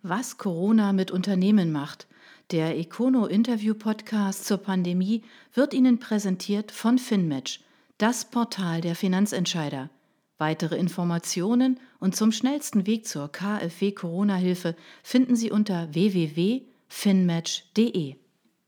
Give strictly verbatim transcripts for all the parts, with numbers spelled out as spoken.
Was Corona mit Unternehmen macht. Der Econo-Interview-Podcast zur Pandemie wird Ihnen präsentiert von FinMatch, das Portal der Finanzentscheider. Weitere Informationen und zum schnellsten Weg zur KfW-Corona-Hilfe finden Sie unter w w w punkt finmatch punkt d e.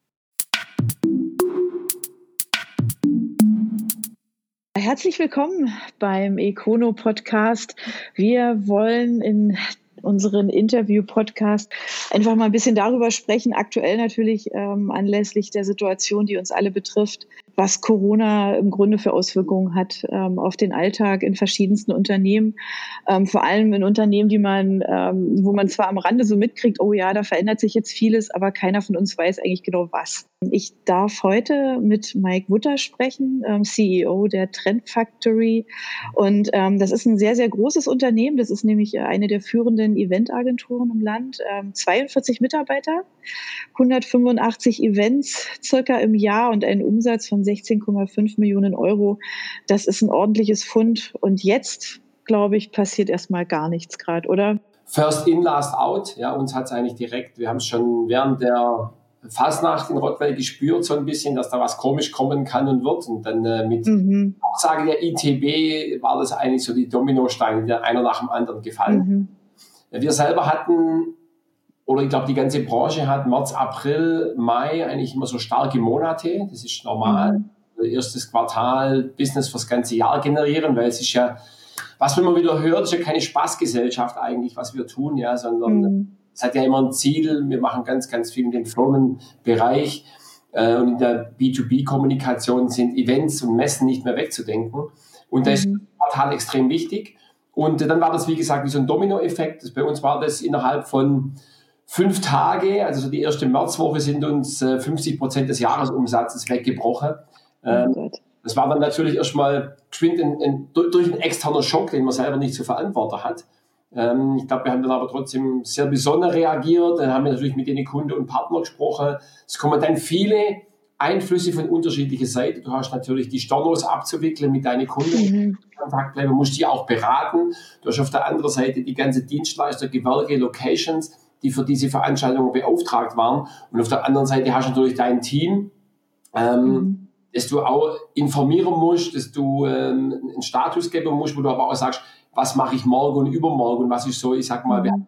Herzlich willkommen beim Econo-Podcast. Wir wollen in unseren Interview-Podcast einfach mal ein bisschen darüber sprechen, aktuell natürlich ähm, anlässlich der Situation, die uns alle betrifft, was Corona im Grunde für Auswirkungen hat ähm, auf den Alltag in verschiedensten Unternehmen, ähm, vor allem in Unternehmen, die man, ähm, wo man zwar am Rande so mitkriegt, oh ja, da verändert sich jetzt vieles, aber keiner von uns weiß eigentlich genau was. Ich darf heute mit Mike Wutter sprechen, ähm, C E O der Trend Factory, und ähm, das ist ein sehr, sehr großes Unternehmen. Das ist nämlich eine der führenden Eventagenturen im Land, ähm, zweiundvierzig Mitarbeiter, hundertfünfundachtzig Events circa im Jahr und einen Umsatz von sechzehn Komma fünf Millionen Euro. Das ist ein ordentliches Fund. Und jetzt, glaube ich, passiert erstmal gar nichts gerade, oder? First in, last out. Ja, uns hat es eigentlich direkt, wir haben es schon während der Fasnacht in Rottweil gespürt, so ein bisschen, dass da was komisch kommen kann und wird. Und dann äh, mit mhm. Absage der I T B war das eigentlich so die Dominosteine, die einer nach dem anderen gefallen. Mhm. Wir selber hatten, oder ich glaube, die ganze Branche hat März, April, Mai eigentlich immer so starke Monate. Das ist normal. Mhm. Erstes Quartal Business fürs ganze Jahr generieren, weil es ist ja, was man immer wieder hört, ist ja keine Spaßgesellschaft eigentlich, was wir tun, ja, sondern mhm. es hat ja immer ein Ziel. Wir machen ganz, ganz viel in dem Firmenbereich. Äh, und in der B zwei B-Kommunikation sind Events und Messen nicht mehr wegzudenken. Und da ist mhm. das Quartal extrem wichtig. Und dann war das, wie gesagt, wie so ein Dominoeffekt. Bei uns war das innerhalb von fünf Tage, also so die erste Märzwoche, sind uns äh, fünfzig Prozent des Jahresumsatzes weggebrochen. Ähm, oh das war dann natürlich erstmal geschwind ein, ein, durch einen externen Schock, den man selber nicht zu verantworten hat. Ähm, ich glaube, wir haben dann aber trotzdem sehr besonnen reagiert. Dann haben wir natürlich mit den Kunden und Partnern gesprochen. Es kommen dann viele Einflüsse von unterschiedlicher Seite. Du hast natürlich die Stornos abzuwickeln mit deinen Kunden. Mhm. In Kontakt bleiben, musst die auch beraten. Du hast auf der anderen Seite die ganze Dienstleister, Gewerke, Locations, die für diese Veranstaltungen beauftragt waren. Und auf der anderen Seite hast du natürlich dein Team, ähm, mhm. das du auch informieren musst, dass du ähm, einen Status geben musst, wo du aber auch sagst, was mache ich morgen und übermorgen und was ist so, ich sag mal, mhm.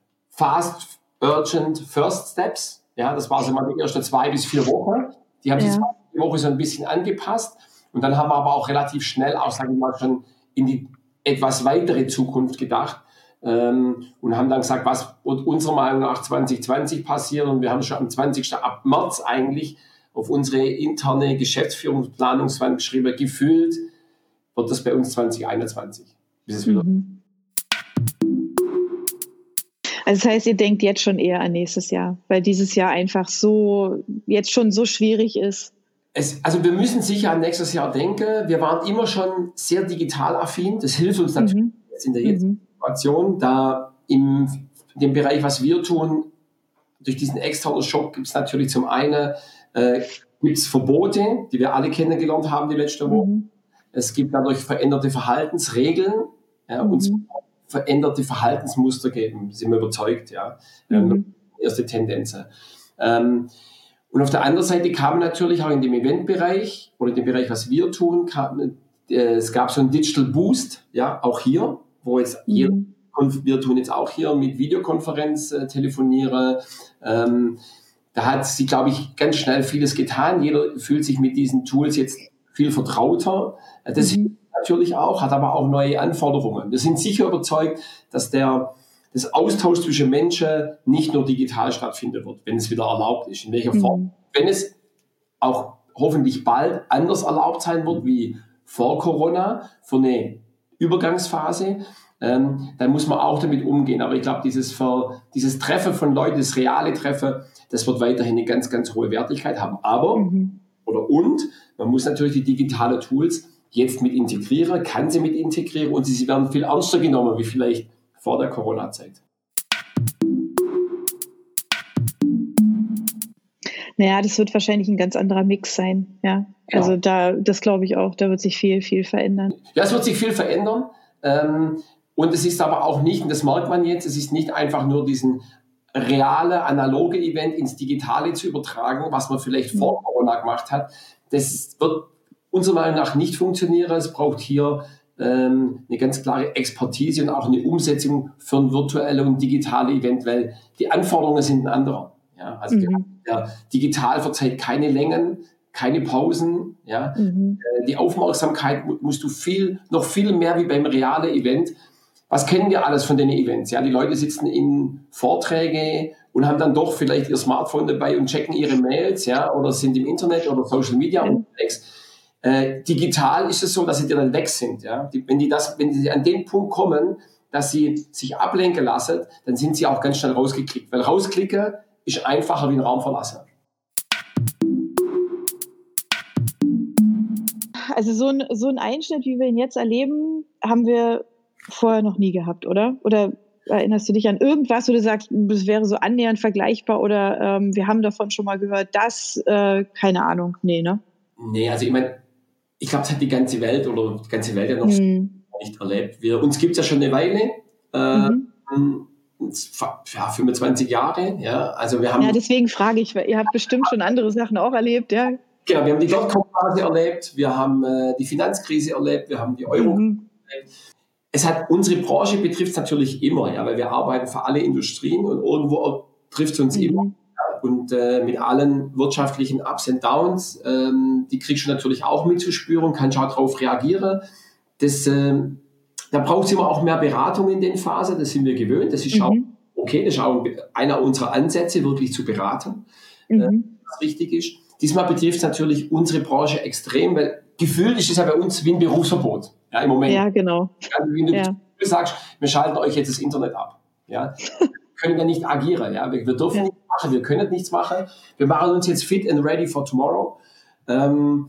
fast, urgent, first steps. Ja, das war so mal die ersten zwei bis vier Wochen. Die haben sich ja. die Woche so ein bisschen angepasst. Und dann haben wir aber auch relativ schnell auch, sagen wir mal, schon in die etwas weitere Zukunft gedacht. Ähm, und haben dann gesagt, was wird unserer Meinung nach zwanzig zwanzig passieren. Und wir haben schon am zwanzigsten ab März eigentlich auf unsere interne Geschäftsführungsplanungswand geschrieben, gefühlt wird das bei uns zwanzig einundzwanzig. Bis es wieder mhm. Also das heißt, ihr denkt jetzt schon eher an nächstes Jahr, weil dieses Jahr einfach so, jetzt schon so schwierig ist. Es, also wir müssen sicher an nächstes Jahr denken. Wir waren immer schon sehr digital affin. Das hilft uns natürlich mhm. jetzt in der jetzigen mhm. Situation, da im, in dem Bereich, was wir tun, durch diesen externen Schock gibt es natürlich zum einen äh, gibt's Verbote, die wir alle kennengelernt haben die letzten Wochen. Mhm. Es gibt dadurch veränderte Verhaltensregeln ja, mhm. und es wird veränderte Verhaltensmuster geben, sind wir überzeugt. Ja. Mhm. Erste Tendenzen. Ähm, und auf der anderen Seite kam natürlich auch in dem Eventbereich oder in dem Bereich, was wir tun, kam, äh, es gab so einen Digital Boost, ja, auch hier, wo jetzt mhm. jeder, wir tun jetzt auch hier mit Videokonferenz äh, telefonieren. Ähm, da hat sie, glaube ich, ganz schnell vieles getan. Jeder fühlt sich mit diesen Tools jetzt viel vertrauter. Das mhm. natürlich auch, hat aber auch neue Anforderungen. Wir sind sicher überzeugt, dass der das Austausch zwischen Menschen nicht nur digital stattfinden wird, wenn es wieder erlaubt ist. In welcher mhm. Form? Wenn es auch hoffentlich bald anders erlaubt sein wird wie vor Corona, für eine Übergangsphase, ähm, dann muss man auch damit umgehen. Aber ich glaube, dieses, Ver, dieses Treffen von Leuten, das reale Treffen, das wird weiterhin eine ganz, ganz hohe Wertigkeit haben. Aber, mhm. oder und, man muss natürlich die digitalen Tools jetzt mit integrieren, kann sie mit integrieren und sie, sie werden viel ernster genommen, wie vielleicht vor der Corona-Zeit. Naja, das wird wahrscheinlich ein ganz anderer Mix sein. Ja, ja. Also da, das glaube ich auch, da wird sich viel, viel verändern. Ja, es wird sich viel verändern. Ähm, und es ist aber auch nicht, und das merkt man jetzt, es ist nicht einfach nur diesen reale, analoge Event ins Digitale zu übertragen, was man vielleicht vor Corona gemacht hat, das wird unserer Meinung nach nicht funktionieren. Es braucht hier ähm, eine ganz klare Expertise und auch eine Umsetzung für ein virtuelles und digitales Event, weil die Anforderungen sind ein anderer. Ja, also mhm. der digital verzeiht keine Längen, keine Pausen. Ja, mhm. äh, die Aufmerksamkeit musst du viel, noch viel mehr wie beim realen Event. Was kennen wir alles von den Events? Ja, die Leute sitzen in Vorträge und haben dann doch vielleicht ihr Smartphone dabei und checken ihre Mails, ja, oder sind im Internet oder Social Media mhm. unterwegs. Äh, digital ist es so, dass sie dann weg sind. Ja, die, wenn die das, wenn sie an den Punkt kommen, dass sie sich ablenken lassen, dann sind sie auch ganz schnell rausgeklickt. Weil rausklicken ist einfacher wie einen Raum verlassen. Also so ein, so ein Einschnitt, wie wir ihn jetzt erleben, haben wir vorher noch nie gehabt, oder? Oder erinnerst du dich an irgendwas, wo du sagst, das wäre so annähernd vergleichbar oder ähm, wir haben davon schon mal gehört, das, äh, keine Ahnung, nee, ne? Nee, also ich meine, ich glaube, es hat die ganze Welt oder die ganze Welt ja noch hm. nicht erlebt. Wir, uns gibt es ja schon eine Weile, äh, mhm. ja, fünfundzwanzig Jahre, ja, also wir haben... Ja, deswegen frage ich, weil ihr habt bestimmt schon andere Sachen auch erlebt, ja? Genau, wir haben die Dotcom-Phase erlebt, wir haben äh, die Finanzkrise erlebt, wir haben die Euro mhm. erlebt. Es hat, unsere Branche betrifft es natürlich immer, ja, weil wir arbeiten für alle Industrien und irgendwo trifft es uns mhm. immer. Ja, und äh, mit allen wirtschaftlichen Ups und Downs, ähm, die kriegst du natürlich auch mitzuspüren und kannst auch darauf reagieren. Das, äh, da braucht es immer auch mehr Beratung in den Phasen, das sind wir gewöhnt. Das ist mhm. auch okay, das ist auch einer unserer Ansätze, wirklich zu beraten, mhm. äh, was richtig ist. Diesmal betrifft es natürlich unsere Branche extrem, weil gefühlt ist es ja bei uns wie ein Berufsverbot. Ja, im Moment. Ja, genau. Also, wenn du ja. sagst, wir schalten euch jetzt das Internet ab. Ja? Wir können ja nicht agieren. Ja? Wir, wir dürfen ja. nichts machen, wir können nichts machen. Wir machen uns jetzt fit and ready for tomorrow. Ähm,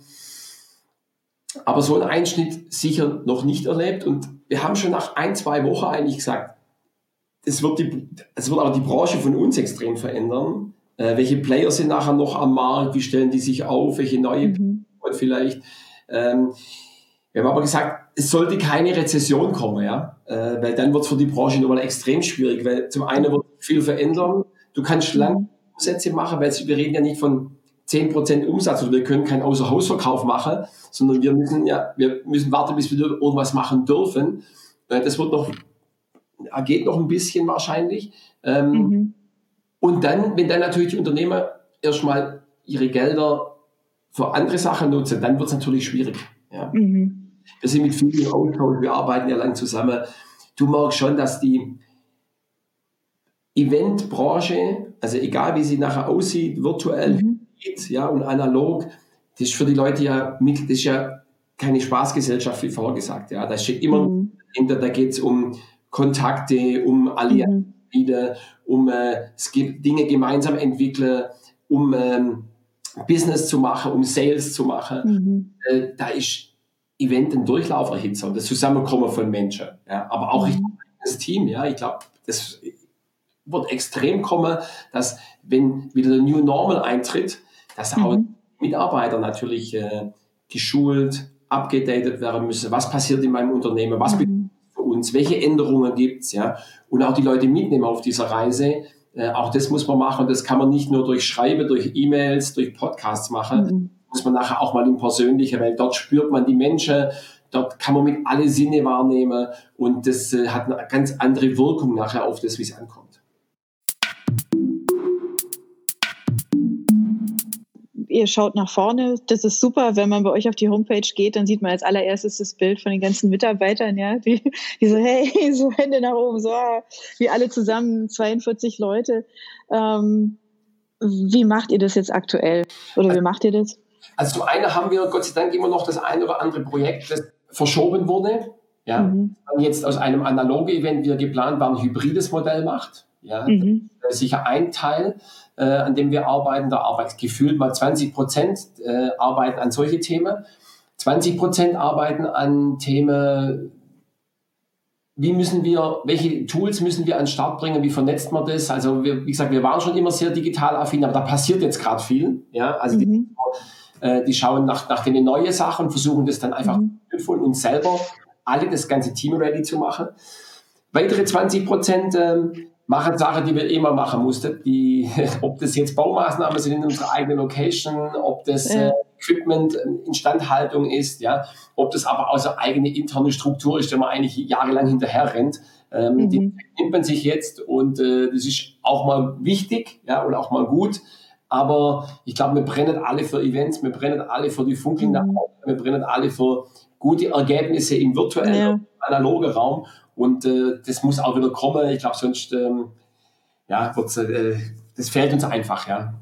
aber so einen Einschnitt sicher noch nicht erlebt. Und wir haben schon nach ein, zwei Wochen eigentlich gesagt, es wird, die, es wird auch die Branche von uns extrem verändern. Äh, welche Player sind nachher noch am Markt? Wie stellen die sich auf? Welche neue mhm. vielleicht? Ähm, wir haben aber gesagt, es sollte keine Rezession kommen, ja, äh, weil dann wird es für die Branche nochmal extrem schwierig, weil zum einen wird viel verändern. Du kannst lange Umsätze machen, weil wir reden ja nicht von zehn Prozent Umsatz oder wir können keinen Außerhausverkauf machen, sondern wir müssen ja, wir müssen warten, bis wir irgendwas machen dürfen. Äh, das wird noch, geht noch ein bisschen wahrscheinlich. Ähm, mhm. Und dann, wenn dann natürlich die Unternehmer erstmal ihre Gelder für andere Sachen nutzen, dann wird es natürlich schwierig. Ja. Mhm. Wir sind mit vielen im Austausch, wir arbeiten ja lang zusammen. Du merkst schon, dass die Eventbranche, also egal wie sie nachher aussieht, virtuell, mhm. ja, und analog, das ist für die Leute ja, mit, das ist ja keine Spaßgesellschaft, wie vorher gesagt. Ja. Da steht immer mhm. dahinter, da geht es um Kontakte, um Allianzen, mhm. um äh, Dinge gemeinsam entwickeln, um ähm, Business zu machen, um Sales zu machen. Mhm. Äh, da ist Event ein Durchlauferhitzer und das Zusammenkommen von Menschen. Ja. Aber auch mhm. das Team, ja, ich glaube, das wird extrem kommen, dass wenn wieder der New Normal eintritt, dass mhm. auch Mitarbeiter natürlich äh, geschult, abgedatet werden müssen. Was passiert in meinem Unternehmen? Was mhm. für uns? Welche Änderungen gibt es? Ja? Und auch die Leute mitnehmen auf dieser Reise. Äh, auch das muss man machen. Das kann man nicht nur durch Schreiben, durch E-Mails, durch Podcasts machen. Mhm. Muss man nachher auch mal im Persönlichen, weil dort spürt man die Menschen, dort kann man mit alle Sinne wahrnehmen und das äh, hat eine ganz andere Wirkung nachher auf das, wie es ankommt. Ihr schaut nach vorne, das ist super. Wenn man bei euch auf die Homepage geht, dann sieht man als allererstes das Bild von den ganzen Mitarbeitern, ja, die, die so, hey, so Hände nach oben, so, wie alle zusammen, zweiundvierzig Leute. Ähm, wie macht ihr das jetzt aktuell? Oder also, wie macht ihr das? Also zum einen haben wir Gott sei Dank immer noch das ein oder andere Projekt, das verschoben wurde. Ja, mhm. Jetzt aus einem analogen Event, wie er geplant war, ein hybrides Modell macht. Ja, mhm. Das ist sicher ein Teil, äh, an dem wir arbeiten. Da arbeitet gefühlt mal zwanzig Prozent äh, arbeiten an solche Themen. zwanzig Prozent arbeiten an Themen, wie müssen wir, welche Tools müssen wir an den Start bringen, wie vernetzt man das? Also wir, wie gesagt, wir waren schon immer sehr digital affin, aber da passiert jetzt gerade viel. Ja, also mhm. die, äh, die schauen nach, nach den neuen Sachen und versuchen das dann einfach mhm. von uns selber alle das ganze Team ready zu machen. Weitere zwanzig Prozent ähm, machen Sachen, die wir immer machen mussten. Die, ob das jetzt Baumaßnahmen sind in unserer eigenen Location, ob das ja. äh, Equipment, Instandhaltung ist, ja, ob das aber auch so eigene interne Struktur ist, der man eigentlich jahrelang hinterher rennt. Ähm, mhm. Die nimmt man sich jetzt und äh, das ist auch mal wichtig, ja, und auch mal gut. Aber ich glaube, wir brennen alle für Events, wir brennen alle für die funkelnde mhm. wir brennen alle für gute Ergebnisse im virtuellen, ja. analogen Raum. Und äh, das muss auch wieder kommen. Ich glaube, sonst ähm, ja, wird's, äh, das fehlt uns einfach. Ja.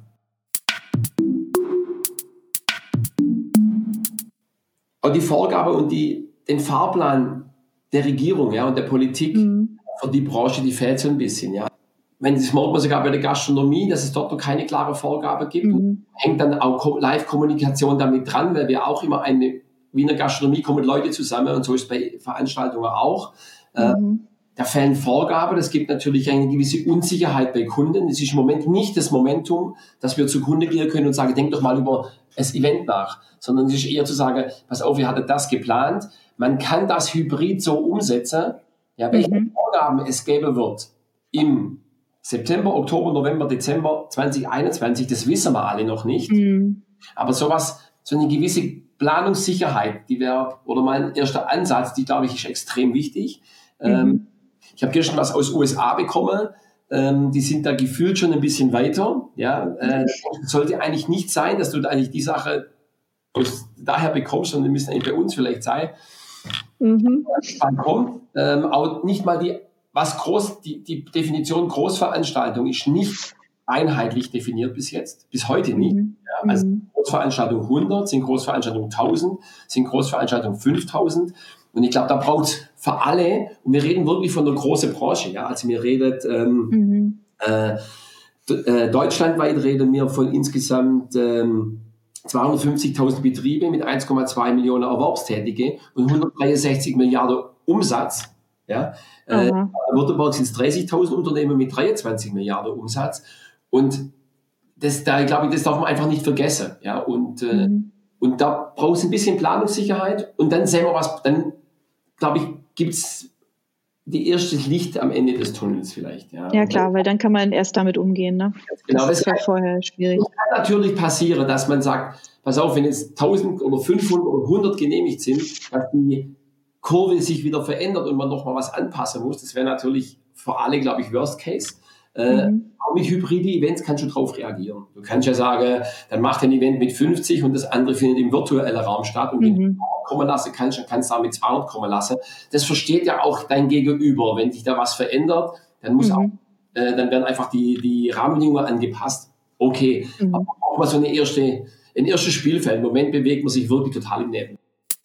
Und die Vorgabe und die, den Fahrplan der Regierung, ja, und der Politik mhm. für die Branche, die fehlt so ein bisschen. Ja. Wenn, das merkt man sogar bei der Gastronomie, dass es dort noch keine klare Vorgabe gibt. Mhm. Hängt dann auch Live-Kommunikation damit dran, weil wir auch immer eine, wie in der Gastronomie kommen Leute zusammen und so ist es bei Veranstaltungen auch. Mhm. Da fehlen Vorgaben, das gibt natürlich eine gewisse Unsicherheit bei Kunden. Es ist im Moment nicht das Momentum, dass wir zu Kunden gehen können und sagen, denk doch mal über das Event nach, sondern es ist eher zu sagen, pass auf, ihr hattet das geplant, man kann das hybrid so umsetzen, ja, welche mhm. Vorgaben es geben wird im September, Oktober, November, Dezember zwanzig einundzwanzig, das wissen wir alle noch nicht. Mhm. Aber sowas, so eine gewisse Planungssicherheit, die wäre, oder mein erster Ansatz, die glaube ich ist extrem wichtig. Mhm. Ähm, ich habe gestern was aus U S A bekommen, ähm, die sind da gefühlt schon ein bisschen weiter. Ja, äh, sollte eigentlich nicht sein, dass du da eigentlich die Sache aus daher bekommst, sondern die müssen eigentlich bei uns vielleicht sein. Mhm. Kommt, ähm, auch nicht mal die Was groß, die, die Definition Großveranstaltung ist nicht einheitlich definiert bis jetzt, bis heute nicht. Mhm. Ja, also Großveranstaltung hundert, sind Großveranstaltung tausend, sind Großveranstaltung fünftausend. Und ich glaube, da braucht es für alle, und wir reden wirklich von der großen Branche, ja, also wir reden, ähm, mhm. äh, äh, deutschlandweit reden wir von insgesamt ähm, zweihundertfünfzigtausend Betriebe mit eins Komma zwei Millionen Erwerbstätige und hundertdreiundsechzig Milliarden Umsatz. Ja, äh, in Württemberg sind es dreißigtausend Unternehmen mit dreiundzwanzig Milliarden Umsatz. Und das, da glaube ich, das darf man einfach nicht vergessen. Ja, und, äh, mhm. und da braucht es ein bisschen Planungssicherheit. Und dann sehen wir was, dann glaube ich, gibt es die erste Licht am Ende des Tunnels vielleicht. Ja, ja klar, weil dann kann man erst damit umgehen. Ne? Genau, das ist ja vorher schwierig. Es kann natürlich passieren, dass man sagt, pass auf, wenn jetzt tausend oder fünfhundert oder hundert genehmigt sind, dass die Kurve sich wieder verändert und man noch mal was anpassen muss. Das wäre natürlich für alle, glaube ich, Worst Case. Äh, mhm. Auch mit hybride Events kannst du darauf reagieren. Du kannst ja sagen, dann mach ein Event mit fünfzig und das andere findet im virtuellen Raum statt. Und wenn mhm. du kommen lassen kannst, dann kannst du auch mit zweihundert kommen lassen. Das versteht ja auch dein Gegenüber. Wenn sich da was verändert, dann muss mhm. auch, äh, dann werden einfach die, die Rahmenbedingungen angepasst. Okay, mhm. aber auch mal so eine erste, ein erstes Spielfeld. Im Moment bewegt man sich wirklich total im Nebel.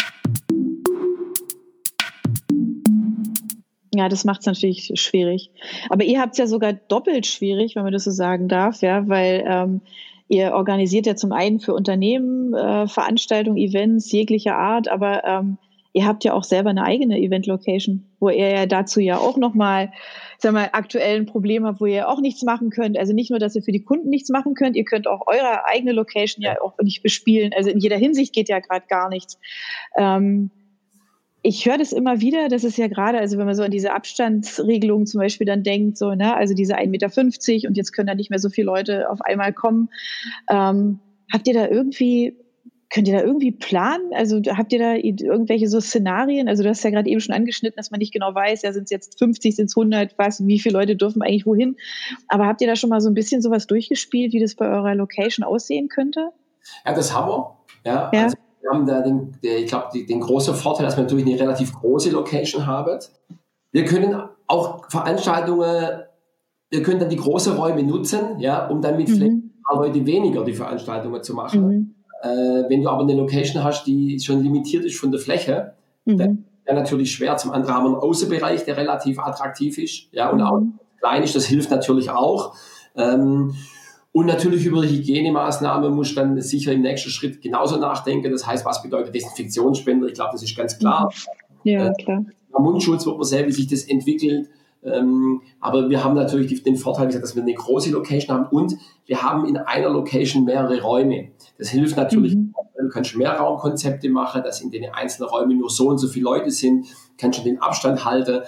Ja, das macht es natürlich schwierig. Aber ihr habt es ja sogar doppelt schwierig, wenn man das so sagen darf, ja, weil ähm, ihr organisiert ja zum einen für Unternehmen äh, Veranstaltungen, Events jeglicher Art, aber ähm, ihr habt ja auch selber eine eigene Event-Location, wo ihr ja dazu ja auch nochmal, sag mal, aktuell ein Problem habt, wo ihr auch nichts machen könnt. Also nicht nur, dass ihr für die Kunden nichts machen könnt, ihr könnt auch eure eigene Location ja auch nicht bespielen. Also in jeder Hinsicht geht ja gerade gar nichts. Ähm, Ich höre das immer wieder, das ist ja gerade, also wenn man so an diese Abstandsregelungen zum Beispiel dann denkt, so, ne, also diese ein Meter fünfzig und jetzt können da nicht mehr so viele Leute auf einmal kommen. Ähm, habt ihr da irgendwie, könnt ihr da irgendwie planen? Also habt ihr da irgendwelche so Szenarien? Also du hast ja gerade eben schon angeschnitten, dass man nicht genau weiß, ja, sind es jetzt fünfzig, sind es hundert, was, wie viele Leute dürfen eigentlich wohin? Aber habt ihr da schon mal so ein bisschen sowas durchgespielt, wie das bei eurer Location aussehen könnte? Ja, das haben wir. Ja, ja. Also wir haben da den, ich glaube, den großen Vorteil, dass wir natürlich eine relativ große Location haben. Wir können auch Veranstaltungen, wir können dann die großen Räume nutzen, ja, um dann mit mhm. vielleicht ein paar Leute weniger die Veranstaltungen zu machen. Mhm. Äh, wenn du aber eine Location hast, die schon limitiert ist von der Fläche, mhm. dann wäre natürlich schwer. Zum anderen haben wir einen Außenbereich, der relativ attraktiv ist, ja, und mhm. auch klein ist, das hilft natürlich auch. Ähm, Und natürlich über Hygienemaßnahmen muss ich dann sicher im nächsten Schritt genauso nachdenken. Das heißt, was bedeutet Desinfektionsspender? Ich glaube, das ist ganz klar. Ja, klar. Äh, Mundschutz wird man sehen, wie sich das entwickelt. Ähm, aber wir haben natürlich den Vorteil, dass wir eine große Location haben und wir haben in einer Location mehrere Räume. Das hilft natürlich. Mhm. Du kannst Mehrraumkonzepte machen, dass in den einzelnen Räumen nur so und so viele Leute sind. Kannst du den Abstand halten.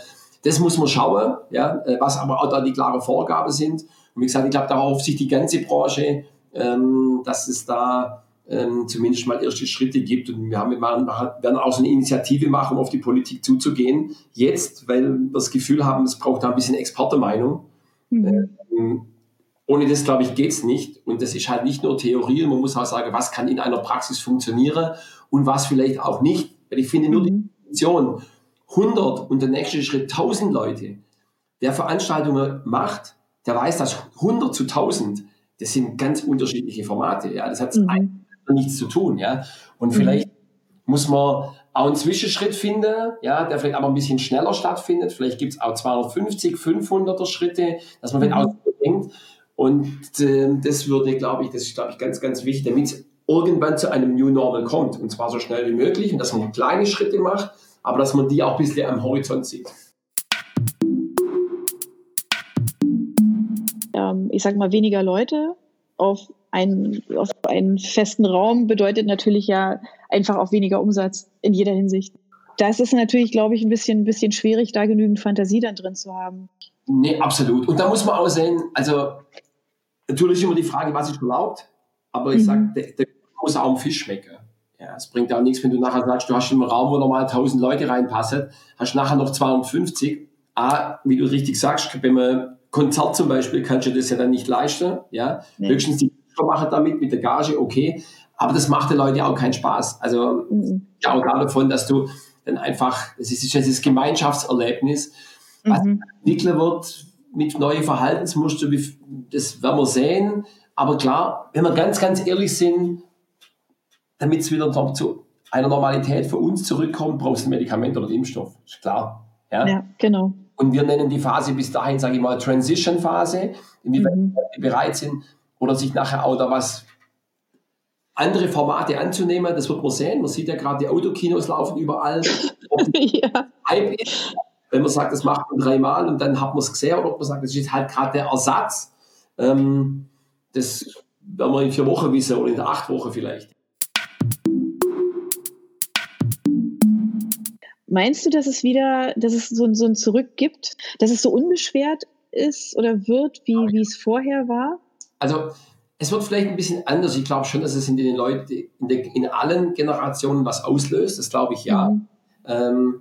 das muss man schauen, ja, was aber auch da die klare Vorgaben sind. Und wie gesagt, ich glaube, darauf sich die ganze Branche, ähm, dass es da ähm, zumindest mal erste Schritte gibt. Und wir, haben, wir werden auch so eine Initiative machen, um auf die Politik zuzugehen. Jetzt, weil wir das Gefühl haben, es braucht da ein bisschen Expertenmeinung. Mhm. Ähm, ohne das, glaube ich, geht es nicht. Und das ist halt nicht nur Theorie. Man muss auch sagen, was kann in einer Praxis funktionieren und was vielleicht auch nicht. Weil ich finde, nur die Definition hundert und der nächste Schritt tausend Leute, der Veranstaltungen macht, der weiß, dass hundert zu tausend, das sind ganz unterschiedliche Formate. Ja, das hat mhm. nichts zu tun. Ja, und vielleicht mhm. muss man auch einen Zwischenschritt finden, ja, der vielleicht aber ein bisschen schneller stattfindet. Vielleicht gibt es auch zweihundertfünfzig, fünfhunderter Schritte, dass man mhm. auch so denkt. Und äh, das würde, glaube ich, das ist, glaube ich, ganz, ganz wichtig, damit es irgendwann zu einem New Normal kommt. Und zwar so schnell wie möglich. Und dass man kleine Schritte macht, aber dass man die auch ein bisschen am Horizont sieht. Ähm, ich sage mal, weniger Leute auf einen, auf einen festen Raum bedeutet natürlich ja einfach auch weniger Umsatz in jeder Hinsicht. Das ist natürlich, glaube ich, ein bisschen, ein bisschen schwierig, da genügend Fantasie dann drin zu haben. Nee, absolut. Und da muss man auch sehen, also natürlich immer die Frage, was ist erlaubt, aber ich mhm. sage, der, der muss auch am Fisch schmecken. Ja, es bringt auch nichts, wenn du nachher sagst, du hast einen Raum, wo normal tausend Leute reinpassen, hast nachher noch zweihundertfünfzig. Ah, wie du richtig sagst, wenn man Konzert zum Beispiel, kannst du das ja dann nicht leisten. Ja? Nee. Höchstens die Künstler machen damit mit der Gage, okay, aber das macht den Leuten auch keinen Spaß. Also mhm. ja auch davon, dass du dann einfach, das ist das Gemeinschaftserlebnis, was mhm. entwickelt wird mit neuen Verhaltensmustern, das werden wir sehen. Aber klar, wenn wir ganz, ganz ehrlich sind, damit es wieder zu einer Normalität für uns zurückkommt, brauchst du ein Medikament oder einen Impfstoff. Ist klar. Ja? Ja, genau. Und wir nennen die Phase bis dahin, sage ich mal, Transition-Phase, inwieweit mhm. wir bereit sind oder sich nachher auch da was andere Formate anzunehmen. Das wird man sehen. Man sieht ja gerade, die Autokinos laufen überall. ja. Hype ist, wenn man sagt, das macht man dreimal und dann hat man es gesehen, oder ob man sagt, das ist halt gerade der Ersatz. Ähm, das werden wir in vier Wochen wissen oder in acht Wochen vielleicht. Meinst du, dass es wieder, dass es so, so ein Zurück gibt, dass es so unbeschwert ist oder wird, wie, wie es vorher war? Also es wird vielleicht ein bisschen anders. Ich glaube schon, dass es in den Leuten, in, den, in allen Generationen was auslöst. Das glaube ich ja. Mhm. Ähm,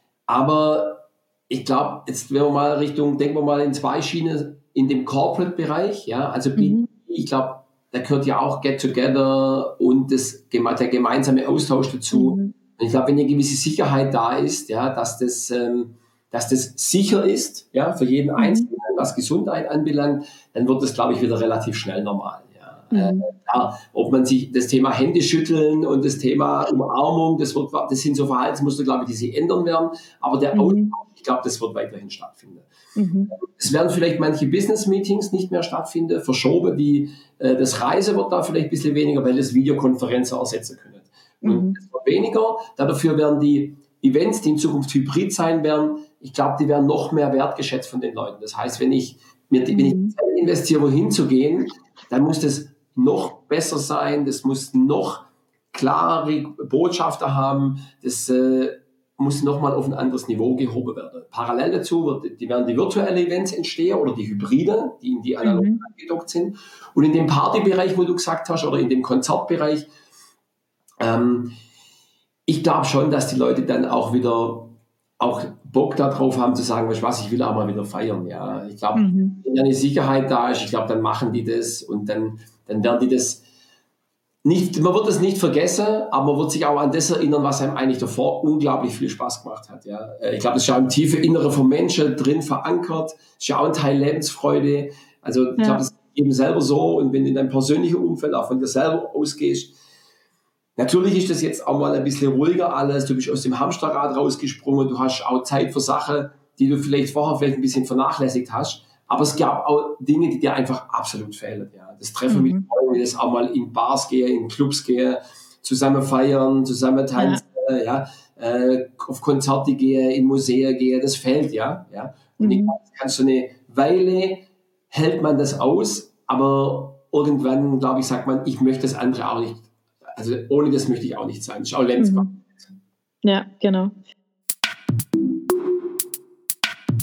aber ich glaube, jetzt wenn wir mal Richtung, denken wir mal in zwei Schienen in dem Corporate-Bereich, ja, also mhm. ich glaube, da gehört ja auch Get Together und das, der gemeinsame Austausch dazu. Mhm. Und ich glaube, wenn eine gewisse Sicherheit da ist, ja, dass das, ähm, dass das sicher ist, ja, für jeden mhm. Einzelnen, was Gesundheit anbelangt, dann wird das, glaube ich, wieder relativ schnell normal. Ja. Mhm. Äh, ja, ob man sich das Thema Händeschütteln und das Thema Umarmung, das, wird, das sind so Verhaltensmuster, glaube ich, die sich ändern werden. Aber der mhm. Austausch, ich glaube, das wird weiterhin stattfinden. Mhm. Es werden vielleicht manche Business-Meetings nicht mehr stattfinden, verschoben, die, äh, das Reisen wird da vielleicht ein bisschen weniger, weil das Videokonferenzen ersetzen können. Und mhm. es wird weniger, dafür werden die Events, die in Zukunft hybrid sein werden, ich glaube, die werden noch mehr wertgeschätzt von den Leuten. Das heißt, wenn ich mir mhm. wenn ich Zeit investiere, wohin zu gehen, dann muss das noch besser sein, das muss noch klare Botschafter haben, das äh, muss nochmal auf ein anderes Niveau gehoben werden. Parallel dazu wird, die werden die virtuellen Events entstehen oder die Hybride, die in die analogen mhm. angedockt sind. Und in dem Partybereich, wo du gesagt hast, oder in dem Konzertbereich, ähm, ich glaube schon, dass die Leute dann auch wieder auch Bock darauf haben zu sagen, weißt du was, ich will auch mal wieder feiern. Ja, ich glaube, mhm. wenn eine Sicherheit da ist, ich glaube, dann machen die das und dann, dann werden die das nicht, man wird das nicht vergessen, aber man wird sich auch an das erinnern, was einem eigentlich davor unglaublich viel Spaß gemacht hat. Ja. Ich glaube, das ist ja im tiefen Inneren vom Menschen drin verankert, das ist ja auch ein Teil Lebensfreude. Also ich ja. glaube, das ist eben selber so und wenn du in deinem persönlichen Umfeld auch von dir selber ausgehst, natürlich ist das jetzt auch mal ein bisschen ruhiger alles, du bist aus dem Hamsterrad rausgesprungen, du hast auch Zeit für Sachen, die du vielleicht vorher vielleicht ein bisschen vernachlässigt hast, aber es gab auch Dinge, die dir einfach absolut fehlen. Ja. Das Treffen mhm. mit Freunden, das auch mal in Bars gehe, in Clubs gehe, zusammen feiern, zusammen tanzen, ja. Ja, äh, auf Konzerte gehe, in Museen gehe, das fehlt ja. ja. Und mhm. ich glaube, das kannst du eine Weile, hält man das aus, aber irgendwann, glaube ich, sagt man, ich möchte das andere auch nicht. Also ohne das möchte ich auch nicht sein. Das ist auch Lebensqualität. Ja, genau.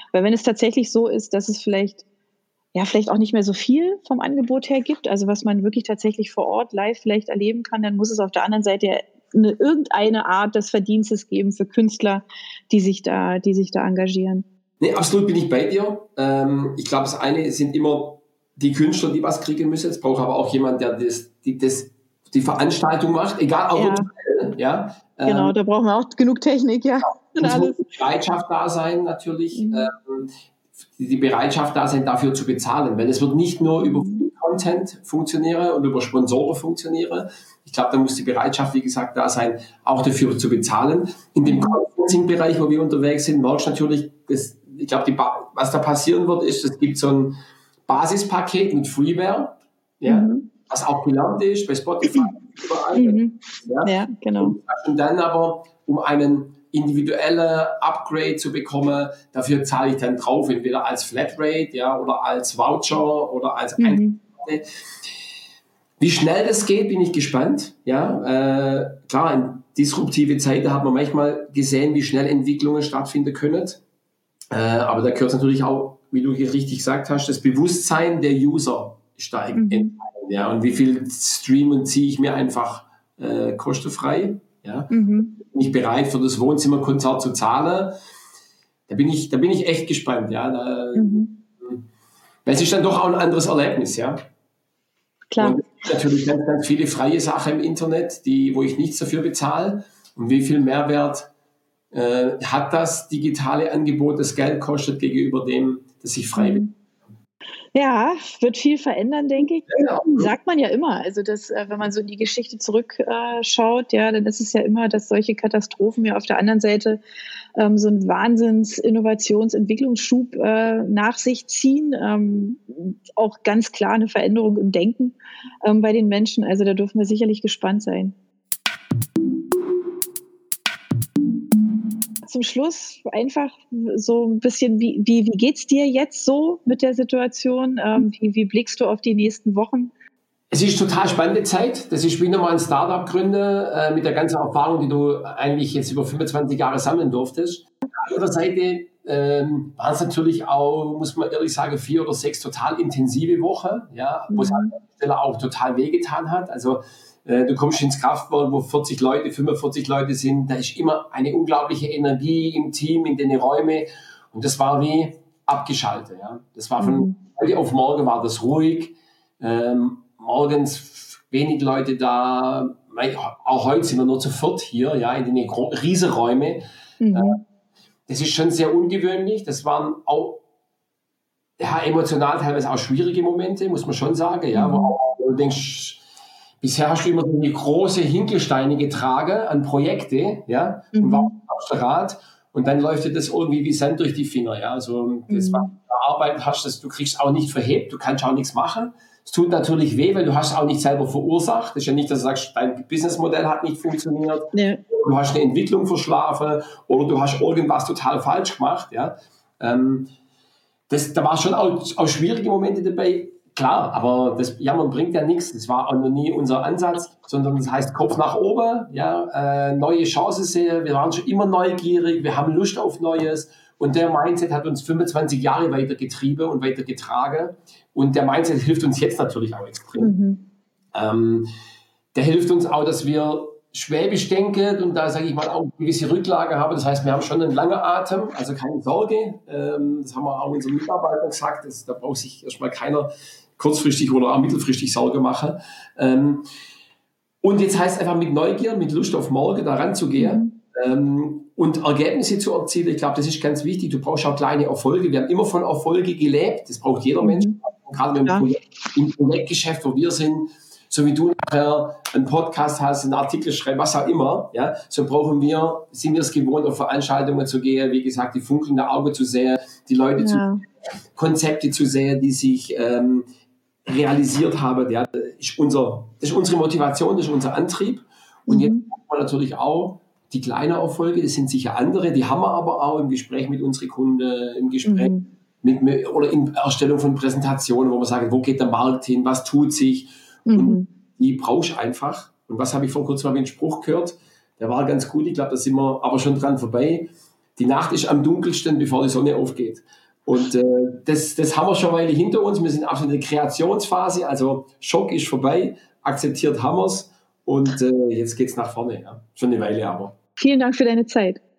Weil wenn es tatsächlich so ist, dass es vielleicht, ja, vielleicht auch nicht mehr so viel vom Angebot her gibt, also was man wirklich tatsächlich vor Ort live vielleicht erleben kann, dann muss es auf der anderen Seite eine, irgendeine Art des Verdienstes geben für Künstler, die sich da, die sich da engagieren. Nee, absolut bin ich bei dir. Ähm, ich glaube, das eine sind immer die Künstler, die was kriegen müssen. Es braucht aber auch jemand, der das, die, das, die Veranstaltung macht, egal auch Ja. virtuell, ja. Genau, ähm, da brauchen wir auch genug Technik, ja. Und es alles. muss Bereitschaft da sein, natürlich. Mhm. Ähm, die, die Bereitschaft da sein, dafür zu bezahlen. Weil es wird nicht nur über Free Content funktionieren und über Sponsoren funktionieren. Ich glaube, da muss die Bereitschaft, wie gesagt, da sein, auch dafür zu bezahlen. In dem Conferencing-Bereich, wo wir unterwegs sind, merkst du natürlich, dass, ich glaube, die ba- was da passieren wird, ist, es gibt so ein Basispaket mit Freeware, ja, Mhm. was auch gelernt ist, bei Spotify, überall. Mhm. Ja. Ja, genau. Und dann aber, um einen individuellen Upgrade zu bekommen, dafür zahle ich dann drauf, entweder als Flatrate, ja, oder als Voucher oder als Mhm. Einzelkarte. Wie schnell das geht, bin ich gespannt. Ja, äh, klar, in disruptive Zeiten hat man manchmal gesehen, wie schnell Entwicklungen stattfinden können. Äh, aber da gehört natürlich auch, wie du hier richtig gesagt hast, das Bewusstsein der User steigt. Mhm. Ja, und wie viel streamen ziehe ich mir einfach äh, kostenfrei? Ja, Mhm. bin ich bereit für das Wohnzimmerkonzert zu zahlen? Da bin ich, da bin ich echt gespannt. Ja, da, Mhm. weil es ist dann doch auch ein anderes Erlebnis, ja. Klar. Und es gibt natürlich ganz, ganz viele freie Sachen im Internet, die, wo ich nichts dafür bezahle. Und wie viel Mehrwert äh, hat das digitale Angebot, das Geld kostet, gegenüber dem, das ich frei bin? Ja, wird viel verändern, denke ich. Ja, Sagt man ja immer. Also, dass, äh, wenn man so in die Geschichte zurückschaut, ja, dann ist es ja immer, dass solche Katastrophen ja auf der anderen Seite ähm, so einen Wahnsinns-Innovations-, Entwicklungsschub äh, nach sich ziehen. Ähm, auch ganz klar eine Veränderung im Denken ähm, bei den Menschen. Also, da dürfen wir sicherlich gespannt sein. Zum Schluss einfach so ein bisschen, wie, wie, wie geht's dir jetzt so mit der Situation? Ähm, wie, wie blickst du auf die nächsten Wochen? Es ist total spannende Zeit. Das ist wie nochmal ein Startup gründen äh, mit der ganzen Erfahrung, die du eigentlich jetzt über fünfundzwanzig Jahre sammeln durftest. Auf der anderen Seite ähm, waren es natürlich auch, muss man ehrlich sagen, vier oder sechs total intensive Wochen, ja, wo es an der Stelle auch total wehgetan hat. Also äh, du kommst ins Kraftwerk, wo vierzig Leute, fünfundvierzig Leute sind. Da ist immer eine unglaubliche Energie im Team, in den Räumen. Und das war wie abgeschaltet. Ja. Das war von Mhm. heute auf morgen war das ruhig. Ähm, morgens wenig Leute da. Auch heute sind wir nur zu viert hier, ja, in den Riesenräumen. Mhm. Das ist schon sehr ungewöhnlich. Das waren auch ja, emotional teilweise auch schwierige Momente, muss man schon sagen. Ja, Mhm. wo auch, du denkst, bisher hast du immer so eine große Hinkelsteine getragen an Projekte, ja, und Mhm. war auf der Rad. Und dann läuft dir das irgendwie wie Sand durch die Finger. Ja, also das, Mhm. was du erarbeitet hast, das, du kriegst auch nicht verhebt, du kannst auch nichts machen. Es tut natürlich weh, weil du hast auch nicht selber verursacht. Das ist ja nicht, dass du sagst, dein Businessmodell hat nicht funktioniert. Ja. Du hast eine Entwicklung verschlafen oder du hast irgendwas total falsch gemacht. Ja. Ähm, das, da war schon auch, auch schwierige Momente dabei. Klar, aber das Jammern bringt ja nichts. Das war auch noch nie unser Ansatz, sondern das heißt Kopf nach oben, ja, äh, neue Chancen sehen. Wir waren schon immer neugierig, wir haben Lust auf Neues. Und der Mindset hat uns fünfundzwanzig Jahre weiter getrieben und weiter getragen. Und der Mindset hilft uns jetzt natürlich auch extrem. Mhm. Ähm, der hilft uns auch, dass wir schwäbisch denken und da, sage ich mal, auch eine gewisse Rücklage haben. Das heißt, wir haben schon einen langen Atem, also keine Sorge. Ähm, das haben wir auch unseren Mitarbeitern gesagt. Das, da braucht sich erstmal keiner kurzfristig oder auch mittelfristig Sorge machen. Ähm, und jetzt heißt es einfach mit Neugier, mit Lust auf morgen da ranzugehen. Mhm. Ähm, und Ergebnisse zu erzielen. Ich glaube, das ist ganz wichtig. Du brauchst auch kleine Erfolge. Wir haben immer von Erfolge gelebt. Das braucht jeder Mensch. Mhm. Gerade im, Ja. Projekt, im Projektgeschäft, wo wir sind, so wie du nachher einen Podcast hast, einen Artikel schreibst, was auch immer, ja, so brauchen wir, sind wir es gewohnt, auf Veranstaltungen zu gehen, wie gesagt, die funkelnde Auge zu sehen, die Leute zu Ja. Konzepte zu sehen, die sich ähm, realisiert haben. Ja, das ist unser, das ist unsere Motivation, das ist unser Antrieb. Und Mhm. jetzt haben wir natürlich auch die kleinen Erfolge, das sind sicher andere, die haben wir aber auch im Gespräch mit unseren Kunden, im Gespräch Mhm. mit, mit oder in Erstellung von Präsentationen, wo wir sagen, wo geht der Markt hin, was tut sich, und Mhm. die brauchst einfach. Und was habe ich vor kurzem mal einen Spruch gehört, der war ganz gut, ich glaube, da sind wir aber schon dran vorbei. die Nacht ist am dunkelsten, bevor die Sonne aufgeht. Und äh, das, das haben wir schon eine Weile hinter uns. Wir sind absolut in der Kreationsphase, also Schock ist vorbei, akzeptiert haben wir es und äh, jetzt geht es nach vorne. Ja. Schon eine Weile aber. Vielen Dank für deine Zeit.